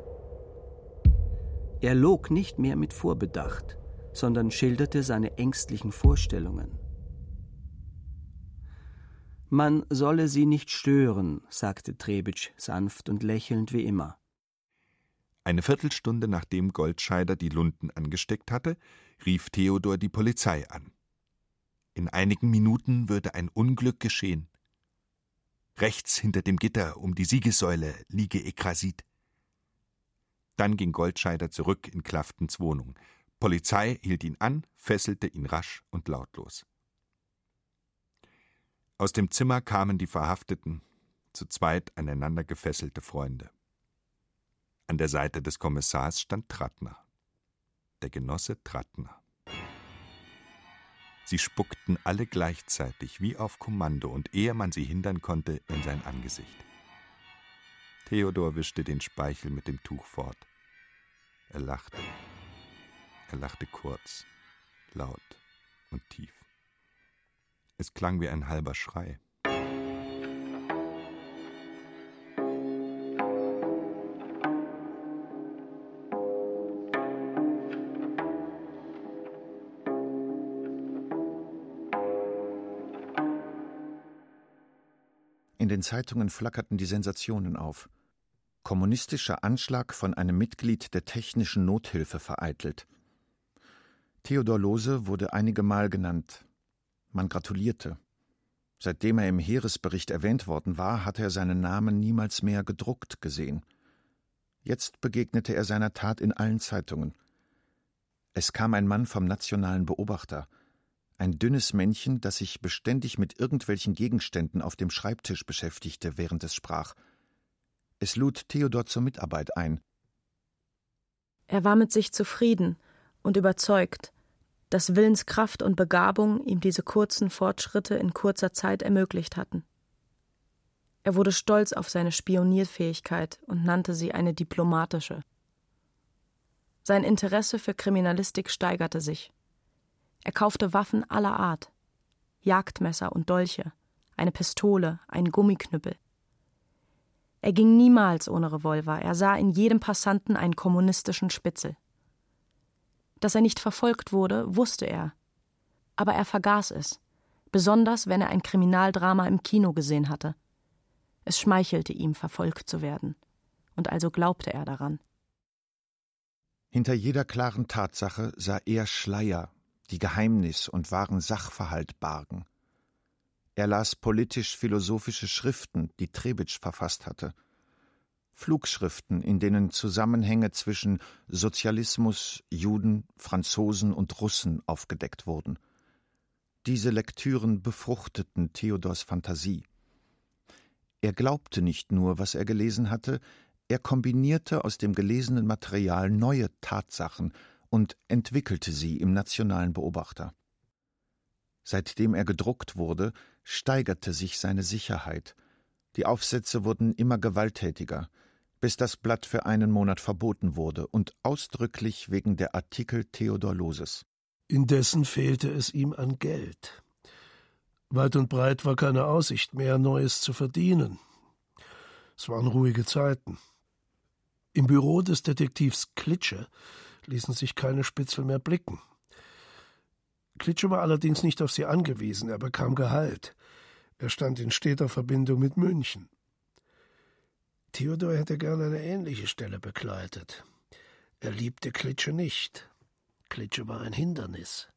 Er log nicht mehr mit Vorbedacht, sondern schilderte seine ängstlichen Vorstellungen. »Man solle sie nicht stören«, sagte Trebitsch sanft und lächelnd wie immer. Eine Viertelstunde nachdem Goldscheider die Lunden angesteckt hatte, rief Theodor die Polizei an. In einigen Minuten würde ein Unglück geschehen. Rechts hinter dem Gitter um die Siegessäule liege Ekrasit. Dann ging Goldscheider zurück in Klaftens Wohnung. Polizei hielt ihn an, fesselte ihn rasch und lautlos. Aus dem Zimmer kamen die Verhafteten, zu zweit aneinander gefesselte Freunde. An der Seite des Kommissars stand Trattner, der Genosse Trattner. Sie spuckten alle gleichzeitig, wie auf Kommando, und ehe man sie hindern konnte, in sein Angesicht. Theodor wischte den Speichel mit dem Tuch fort. Er lachte. Er lachte kurz, laut und tief. Es klang wie ein halber Schrei. In den Zeitungen flackerten die Sensationen auf. Kommunistischer Anschlag von einem Mitglied der Technischen Nothilfe vereitelt. Theodor Lohse wurde einige Mal genannt. Man gratulierte. Seitdem er im Heeresbericht erwähnt worden war, hatte er seinen Namen niemals mehr gedruckt gesehen. Jetzt begegnete er seiner Tat in allen Zeitungen. Es kam ein Mann vom Nationalen Beobachter, ein dünnes Männchen, das sich beständig mit irgendwelchen Gegenständen auf dem Schreibtisch beschäftigte, während es sprach. Es lud Theodor zur Mitarbeit ein. Er war mit sich zufrieden und überzeugt, dass Willenskraft und Begabung ihm diese kurzen Fortschritte in kurzer Zeit ermöglicht hatten. Er wurde stolz auf seine Spionierfähigkeit und nannte sie eine diplomatische. Sein Interesse für Kriminalistik steigerte sich. Er kaufte Waffen aller Art, Jagdmesser und Dolche, eine Pistole, einen Gummiknüppel. Er ging niemals ohne Revolver, er sah in jedem Passanten einen kommunistischen Spitzel. Dass er nicht verfolgt wurde, wusste er. Aber er vergaß es, besonders wenn er ein Kriminaldrama im Kino gesehen hatte. Es schmeichelte ihm, verfolgt zu werden, und also glaubte er daran. Hinter jeder klaren Tatsache sah er Schleier, die Geheimnis und wahren Sachverhalt bargen. Er las politisch-philosophische Schriften, die Trebitsch verfasst hatte. Flugschriften, in denen Zusammenhänge zwischen Sozialismus, Juden, Franzosen und Russen aufgedeckt wurden. Diese Lektüren befruchteten Theodors Fantasie. Er glaubte nicht nur, was er gelesen hatte, er kombinierte aus dem gelesenen Material neue Tatsachen und entwickelte sie im Nationalen Beobachter. Seitdem er gedruckt wurde, steigerte sich seine Sicherheit. Die Aufsätze wurden immer gewalttätiger, bis das Blatt für einen Monat verboten wurde und ausdrücklich wegen der Artikel Theodor Lohses. Indessen fehlte es ihm an Geld. Weit und breit war keine Aussicht mehr, Neues zu verdienen. Es waren ruhige Zeiten. Im Büro des Detektivs Klitsche ließen sich keine Spitzel mehr blicken. Klitsche war allerdings nicht auf sie angewiesen, er bekam Gehalt. Er stand in steter Verbindung mit München. Theodor hätte gern eine ähnliche Stelle bekleidet. Er liebte Klitsche nicht. Klitsche war ein Hindernis.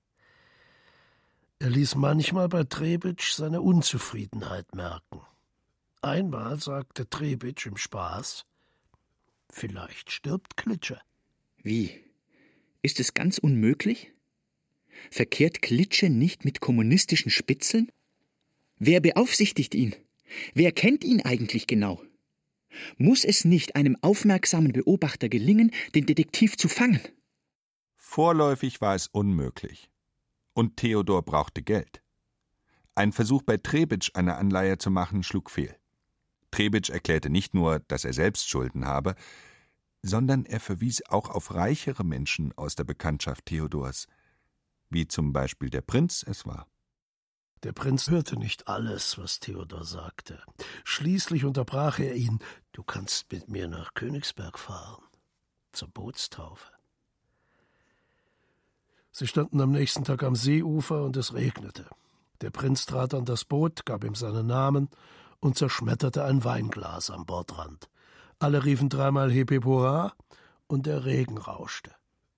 Er ließ manchmal bei Trebitsch seine Unzufriedenheit merken. Einmal sagte Trebitsch im Spaß: »Vielleicht stirbt Klitsche.« Wie? Ist es ganz unmöglich? Verkehrt Klitsche nicht mit kommunistischen Spitzeln? Wer beaufsichtigt ihn? Wer kennt ihn eigentlich genau? Muss es nicht einem aufmerksamen Beobachter gelingen, den Detektiv zu fangen? Vorläufig war es unmöglich. Und Theodor brauchte Geld. Ein Versuch bei Trebitsch, eine Anleihe zu machen, schlug fehl. Trebitsch erklärte nicht nur, dass er selbst Schulden habe, sondern er verwies auch auf reichere Menschen aus der Bekanntschaft Theodors, wie zum Beispiel der Prinz es war. Der Prinz hörte nicht alles, was Theodor sagte. Schließlich unterbrach er ihn: »Du kannst mit mir nach Königsberg fahren, zur Bootstaufe.« Sie standen am nächsten Tag am Seeufer und es regnete. Der Prinz trat an das Boot, gab ihm seinen Namen und zerschmetterte ein Weinglas am Bordrand. Alle riefen dreimal Hip Hip Hurra und der Regen rauschte.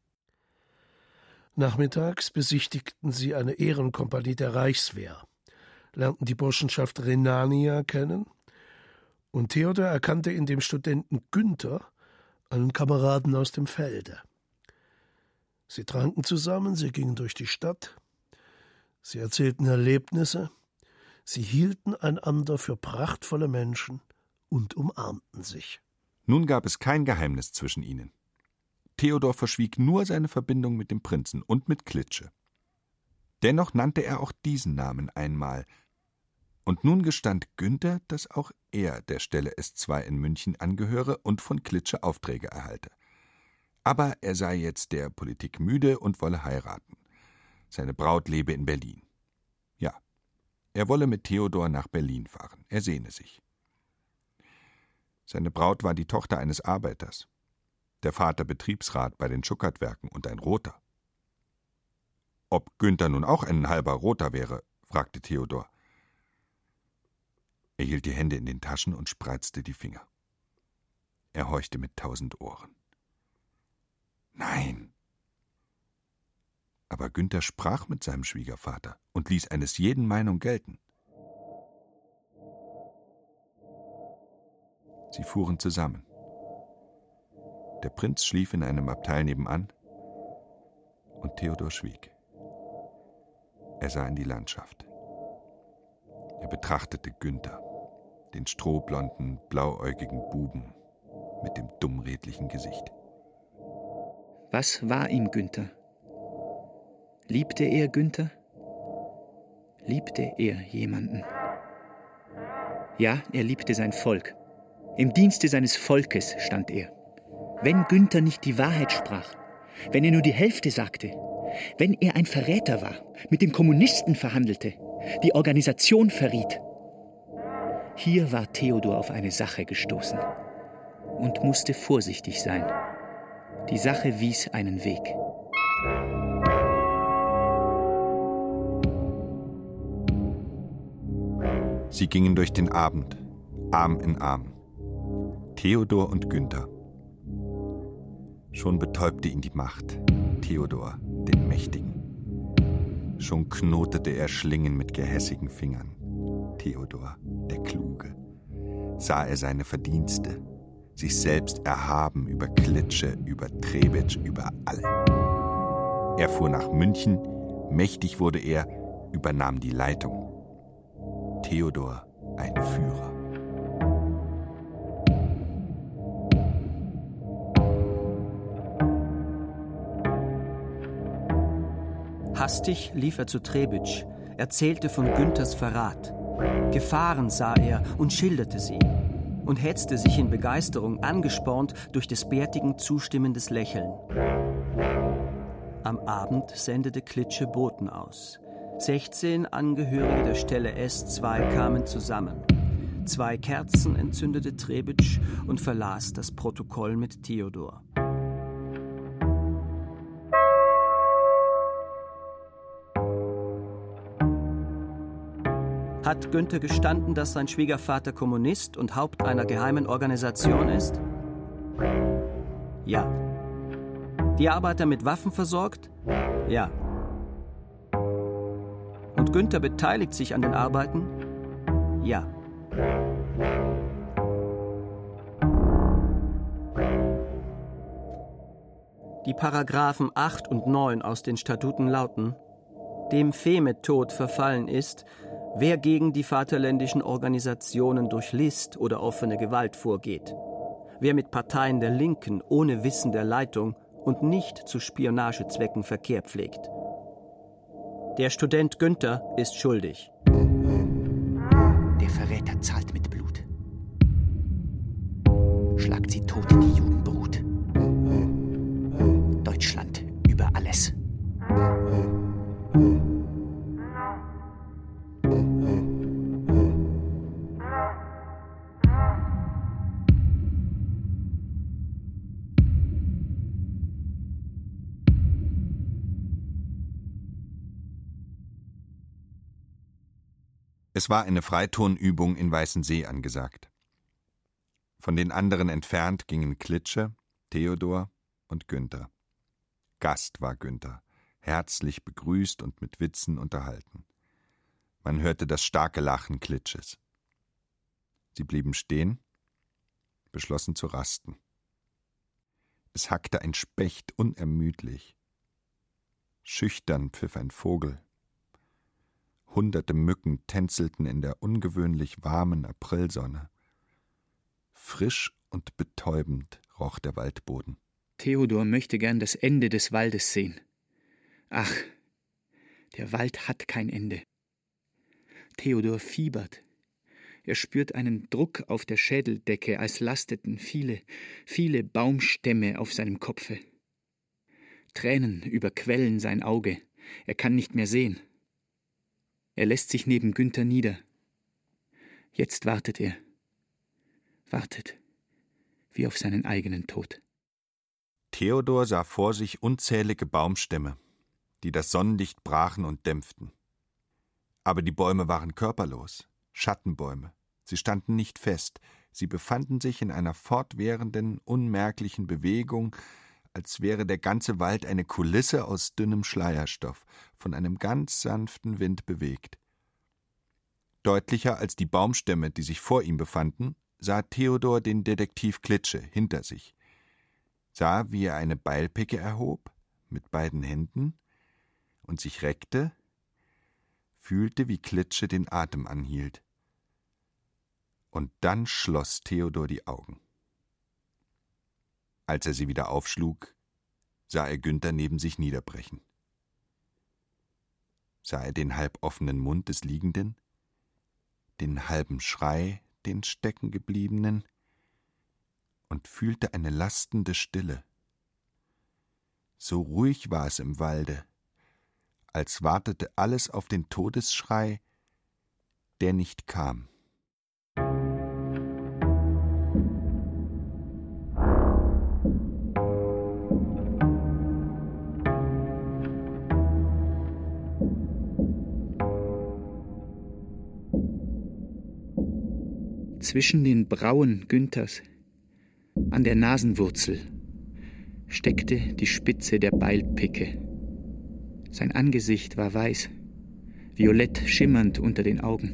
Nachmittags besichtigten sie eine Ehrenkompanie der Reichswehr, lernten die Burschenschaft Rhenania kennen und Theodor erkannte in dem Studenten Günther einen Kameraden aus dem Felde. Sie tranken zusammen, sie gingen durch die Stadt, sie erzählten Erlebnisse, sie hielten einander für prachtvolle Menschen und umarmten sich. Nun gab es kein Geheimnis zwischen ihnen. Theodor verschwieg nur seine Verbindung mit dem Prinzen und mit Klitsche. Dennoch nannte er auch diesen Namen einmal. Und nun gestand Günther, dass auch er der Stelle S zwei in München angehöre und von Klitsche Aufträge erhalte. Aber er sei jetzt der Politik müde und wolle heiraten. Seine Braut lebe in Berlin. Ja, er wolle mit Theodor nach Berlin fahren. Er sehne sich. Seine Braut war die Tochter eines Arbeiters. Der Vater Betriebsrat bei den Schuckertwerken und ein Roter. Ob Günther nun auch ein halber Roter wäre, fragte Theodor. Er hielt die Hände in den Taschen und spreizte die Finger. Er horchte mit tausend Ohren. Nein. Aber Günther sprach mit seinem Schwiegervater und ließ eines jeden Meinung gelten. Sie fuhren zusammen. Der Prinz schlief in einem Abteil nebenan und Theodor schwieg. Er sah in die Landschaft. Er betrachtete Günther, den strohblonden, blauäugigen Buben mit dem dummredlichen Gesicht. Was war ihm Günther? Liebte er Günther? Liebte er jemanden? Ja, er liebte sein Volk. Im Dienste seines Volkes stand er. Wenn Günther nicht die Wahrheit sprach, wenn er nur die Hälfte sagte, wenn er ein Verräter war, mit den Kommunisten verhandelte, die Organisation verriet. Hier war Theodor auf eine Sache gestoßen und musste vorsichtig sein. Die Sache wies einen Weg. Sie gingen durch den Abend, Arm in Arm. Theodor und Günther. Schon betäubte ihn die Macht, Theodor, den Mächtigen. Schon knotete er Schlingen mit gehässigen Fingern, Theodor, der Kluge. Sah er seine Verdienste, sich selbst erhaben über Klitsche, über Trebitsch, über alle. Er fuhr nach München, mächtig wurde er, übernahm die Leitung. Theodor, ein Führer. Hastig lief er zu Trebitsch, erzählte von Günthers Verrat. Gefahren sah er und schilderte sie und hetzte sich in Begeisterung, angespornt durch des Bärtigen zustimmendes Lächeln. Am Abend sendete Klitsche Boten aus. Sechzehn Angehörige der Stelle S zwei kamen zusammen. Zwei Kerzen entzündete Trebitsch und verlas das Protokoll mit Theodor. Hat Günther gestanden, dass sein Schwiegervater Kommunist und Haupt einer geheimen Organisation ist? Ja. Die Arbeiter mit Waffen versorgt? Ja. Und Günther beteiligt sich an den Arbeiten? Ja. Die Paragraphen acht und neun aus den Statuten lauten: Dem Femetod verfallen ist, wer gegen die vaterländischen Organisationen durch List oder offene Gewalt vorgeht, wer mit Parteien der Linken ohne Wissen der Leitung und nicht zu Spionagezwecken Verkehr pflegt. Der Student Günther ist schuldig. Der Verräter zahlt mit Blut. Schlagt sie tot in die Judenbrut. Deutschland über alles. Es war eine Freiturnübung in Weißensee angesagt. Von den anderen entfernt gingen Klitsche, Theodor und Günther. Gast war Günther, herzlich begrüßt und mit Witzen unterhalten. Man hörte das starke Lachen Klitsches. Sie blieben stehen, beschlossen zu rasten. Es hackte ein Specht unermüdlich. Schüchtern pfiff ein Vogel. Hunderte Mücken tänzelten in der ungewöhnlich warmen Aprilsonne. Frisch und betäubend roch der Waldboden. Theodor möchte gern das Ende des Waldes sehen. Ach, der Wald hat kein Ende. Theodor fiebert. Er spürt einen Druck auf der Schädeldecke, als lasteten viele, viele Baumstämme auf seinem Kopfe. Tränen überquellen sein Auge. Er kann nicht mehr sehen. Er lässt sich neben Günther nieder. Jetzt wartet er. Wartet, wie auf seinen eigenen Tod. Theodor sah vor sich unzählige Baumstämme, die das Sonnenlicht brachen und dämpften. Aber die Bäume waren körperlos, Schattenbäume, Sie standen nicht fest, sie befanden sich in einer fortwährenden, unmerklichen Bewegung, als wäre der ganze Wald eine Kulisse aus dünnem Schleierstoff, von einem ganz sanften Wind bewegt. Deutlicher als die Baumstämme, die sich vor ihm befanden, sah Theodor den Detektiv Klitsche hinter sich, sah, wie er eine Beilpicke erhob, mit beiden Händen, und sich reckte, fühlte, wie Klitsche den Atem anhielt. Und dann schloss Theodor die Augen. Als er sie wieder aufschlug, sah er Günther neben sich niederbrechen. Sah er den halboffenen Mund des Liegenden, den halben Schrei, den Steckengebliebenen, und fühlte eine lastende Stille. So ruhig war es im Walde, als wartete alles auf den Todesschrei, der nicht kam. Zwischen den Brauen Günthers, an der Nasenwurzel, steckte die Spitze der Beilpicke. Sein Angesicht war weiß, violett schimmernd unter den Augen.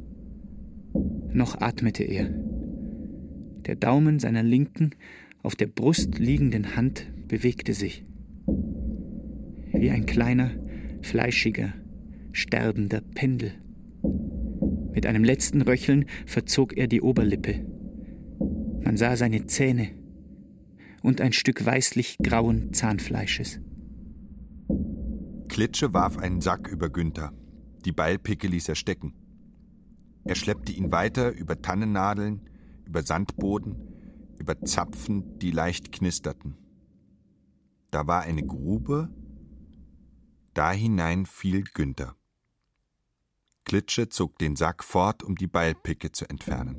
Noch atmete er. Der Daumen seiner linken, auf der Brust liegenden Hand bewegte sich. Wie ein kleiner, fleischiger, sterbender Pendel. Mit einem letzten Röcheln verzog er die Oberlippe. Man sah seine Zähne und ein Stück weißlich grauen Zahnfleisches. Klitsche warf einen Sack über Günther. Die Beilpicke ließ er stecken. Er schleppte ihn weiter über Tannennadeln, über Sandboden, über Zapfen, die leicht knisterten. Da war eine Grube, da hinein fiel Günther. Klitsche zog den Sack fort, um die Beilpicke zu entfernen.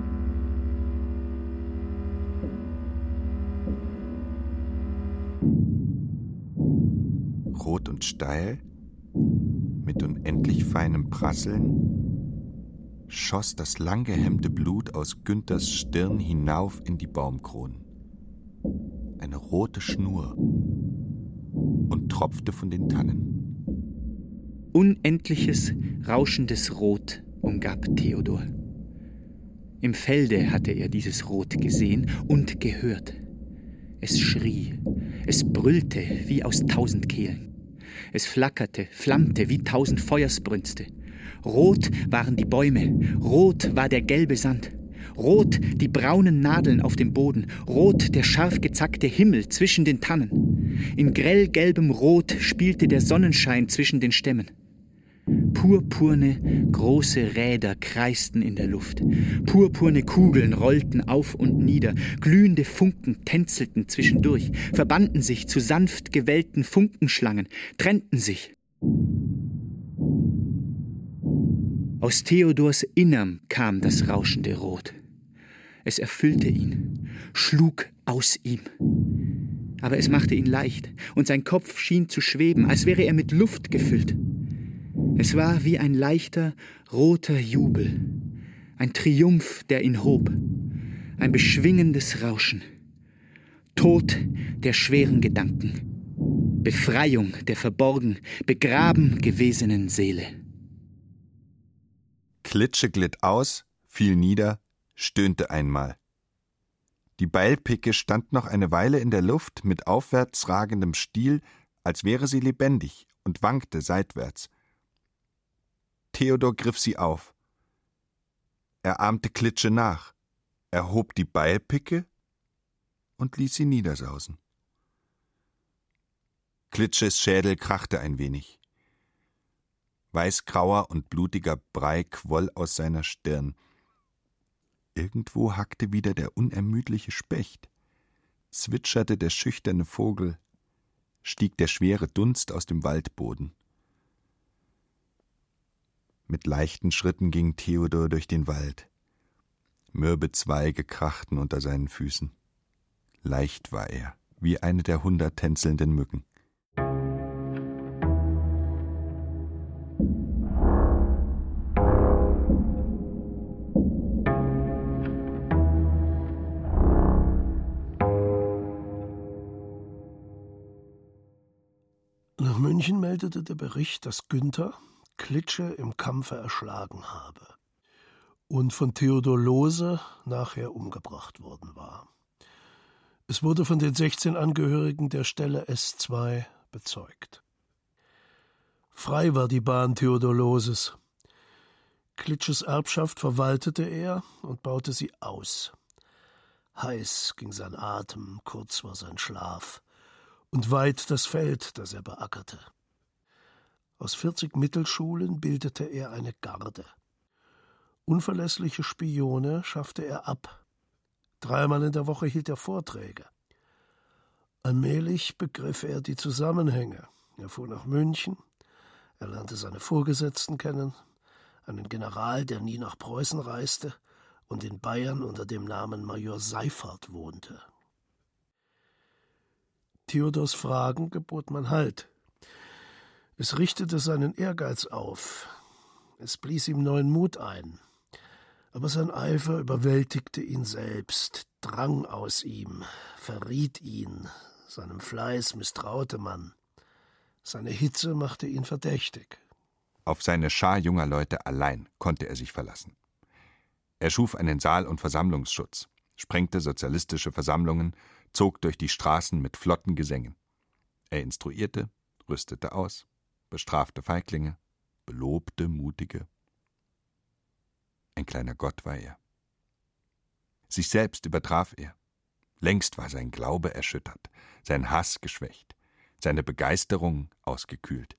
Rot und steil, mit unendlich feinem Prasseln, schoss das lang gehemmte Blut aus Günthers Stirn hinauf in die Baumkronen. Eine rote Schnur, und tropfte von den Tannen. Unendliches, rauschendes Rot umgab Theodor. Im Felde hatte er dieses Rot gesehen und gehört. Es schrie, es brüllte wie aus tausend Kehlen. Es flackerte, flammte wie tausend Feuersbrünste. Rot waren die Bäume, rot war der gelbe Sand, rot die braunen Nadeln auf dem Boden, rot der scharf gezackte Himmel zwischen den Tannen. In grellgelbem Rot spielte der Sonnenschein zwischen den Stämmen. Purpurne, große Räder kreisten in der Luft. Purpurne Kugeln rollten auf und nieder. Glühende Funken tänzelten zwischendurch, verbanden sich zu sanft gewellten Funkenschlangen, trennten sich. Aus Theodors Innerm kam das rauschende Rot. Es erfüllte ihn, schlug aus ihm. Aber es machte ihn leicht, und sein Kopf schien zu schweben, als wäre er mit Luft gefüllt. Es war wie ein leichter, roter Jubel, ein Triumph, der ihn hob, ein beschwingendes Rauschen, Tod der schweren Gedanken, Befreiung der verborgen, begraben gewesenen Seele. Klitsche glitt aus, fiel nieder, stöhnte einmal. Die Beilpicke stand noch eine Weile in der Luft mit aufwärts ragendem Stiel, als wäre sie lebendig, und wankte seitwärts. Theodor griff sie auf. Er ahmte Klitsche nach, erhob die Beilpicke und ließ sie niedersausen. Klitsches Schädel krachte ein wenig. Weißgrauer und blutiger Brei quoll aus seiner Stirn. Irgendwo hackte wieder der unermüdliche Specht, zwitscherte der schüchterne Vogel, stieg der schwere Dunst aus dem Waldboden. Mit leichten Schritten ging Theodor durch den Wald. Mürbe Zweige krachten unter seinen Füßen. Leicht war er, wie eine der hundert tänzelnden Mücken. München meldete der Bericht, dass Günther Klitsche im Kampfe erschlagen habe und von Theodor Lohse nachher umgebracht worden war. Es wurde von den sechzehn Angehörigen der Stelle S zwei bezeugt. Frei war die Bahn Theodor Lohses. Klitsches Erbschaft verwaltete er und baute sie aus. Heiß ging sein Atem, kurz war sein Schlaf, und weit das Feld, das er beackerte. Aus vierzig Mittelschulen bildete er eine Garde. Unverlässliche Spione schaffte er ab. Dreimal in der Woche hielt er Vorträge. Allmählich begriff er die Zusammenhänge. Er fuhr nach München, er lernte seine Vorgesetzten kennen, einen General, der nie nach Preußen reiste und in Bayern unter dem Namen Major Seyffert wohnte. Theodors Fragen gebot man Halt. Es richtete seinen Ehrgeiz auf. Es blies ihm neuen Mut ein. Aber sein Eifer überwältigte ihn selbst, drang aus ihm, verriet ihn. Seinem Fleiß misstraute man. Seine Hitze machte ihn verdächtig. Auf seine Schar junger Leute allein konnte er sich verlassen. Er schuf einen Saal- und Versammlungsschutz, sprengte sozialistische Versammlungen, zog durch die Straßen mit flotten Gesängen. Er instruierte, rüstete aus, bestrafte Feiglinge, belobte Mutige. Ein kleiner Gott war er. Sich selbst übertraf er. Längst war sein Glaube erschüttert, sein Hass geschwächt, seine Begeisterung ausgekühlt.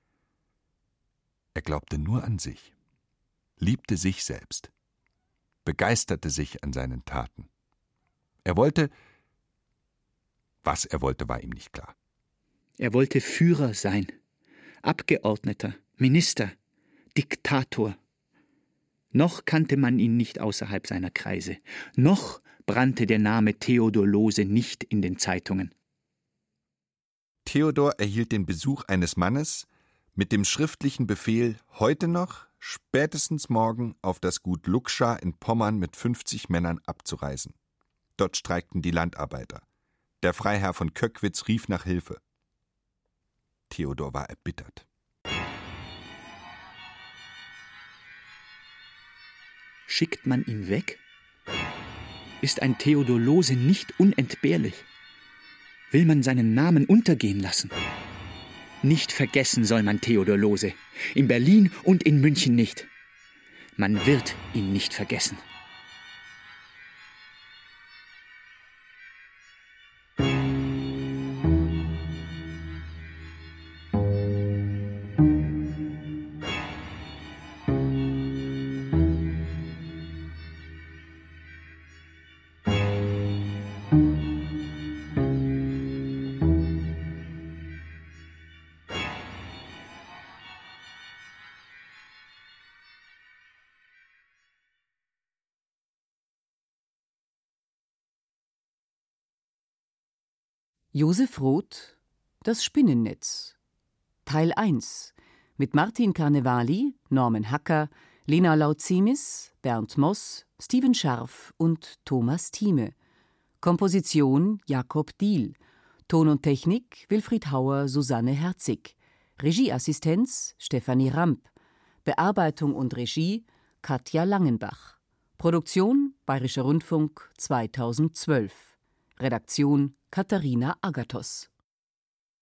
Er glaubte nur an sich, liebte sich selbst, begeisterte sich an seinen Taten. Er wollte, was er wollte, war ihm nicht klar. Er wollte Führer sein, Abgeordneter, Minister, Diktator. Noch kannte man ihn nicht außerhalb seiner Kreise. Noch brannte der Name Theodor Lohse nicht in den Zeitungen. Theodor erhielt den Besuch eines Mannes mit dem schriftlichen Befehl, heute noch, spätestens morgen, auf das Gut Luckschar in Pommern mit fünfzig Männern abzureisen. Dort streikten die Landarbeiter. Der Freiherr von Köckwitz rief nach Hilfe. Theodor war erbittert. Schickt man ihn weg? Ist ein Theodor Lohse nicht unentbehrlich? Will man seinen Namen untergehen lassen? Nicht vergessen soll man Theodor Lohse. In Berlin und in München nicht. Man wird ihn nicht vergessen. Josef Roth, Das Spinnennetz. Teil eins mit Martin Carnevali, Norman Hacker, Lena Lautzemis, Bernd Moss, Steven Scharf und Thomas Thieme. Komposition Jakob Diehl. Ton und Technik Wilfried Hauer, Susanne Herzig. Regieassistenz Stefanie Ramp. Bearbeitung und Regie Katja Langenbach. Produktion Bayerischer Rundfunk zweitausendzwölf. Redaktion Katharina Agathos.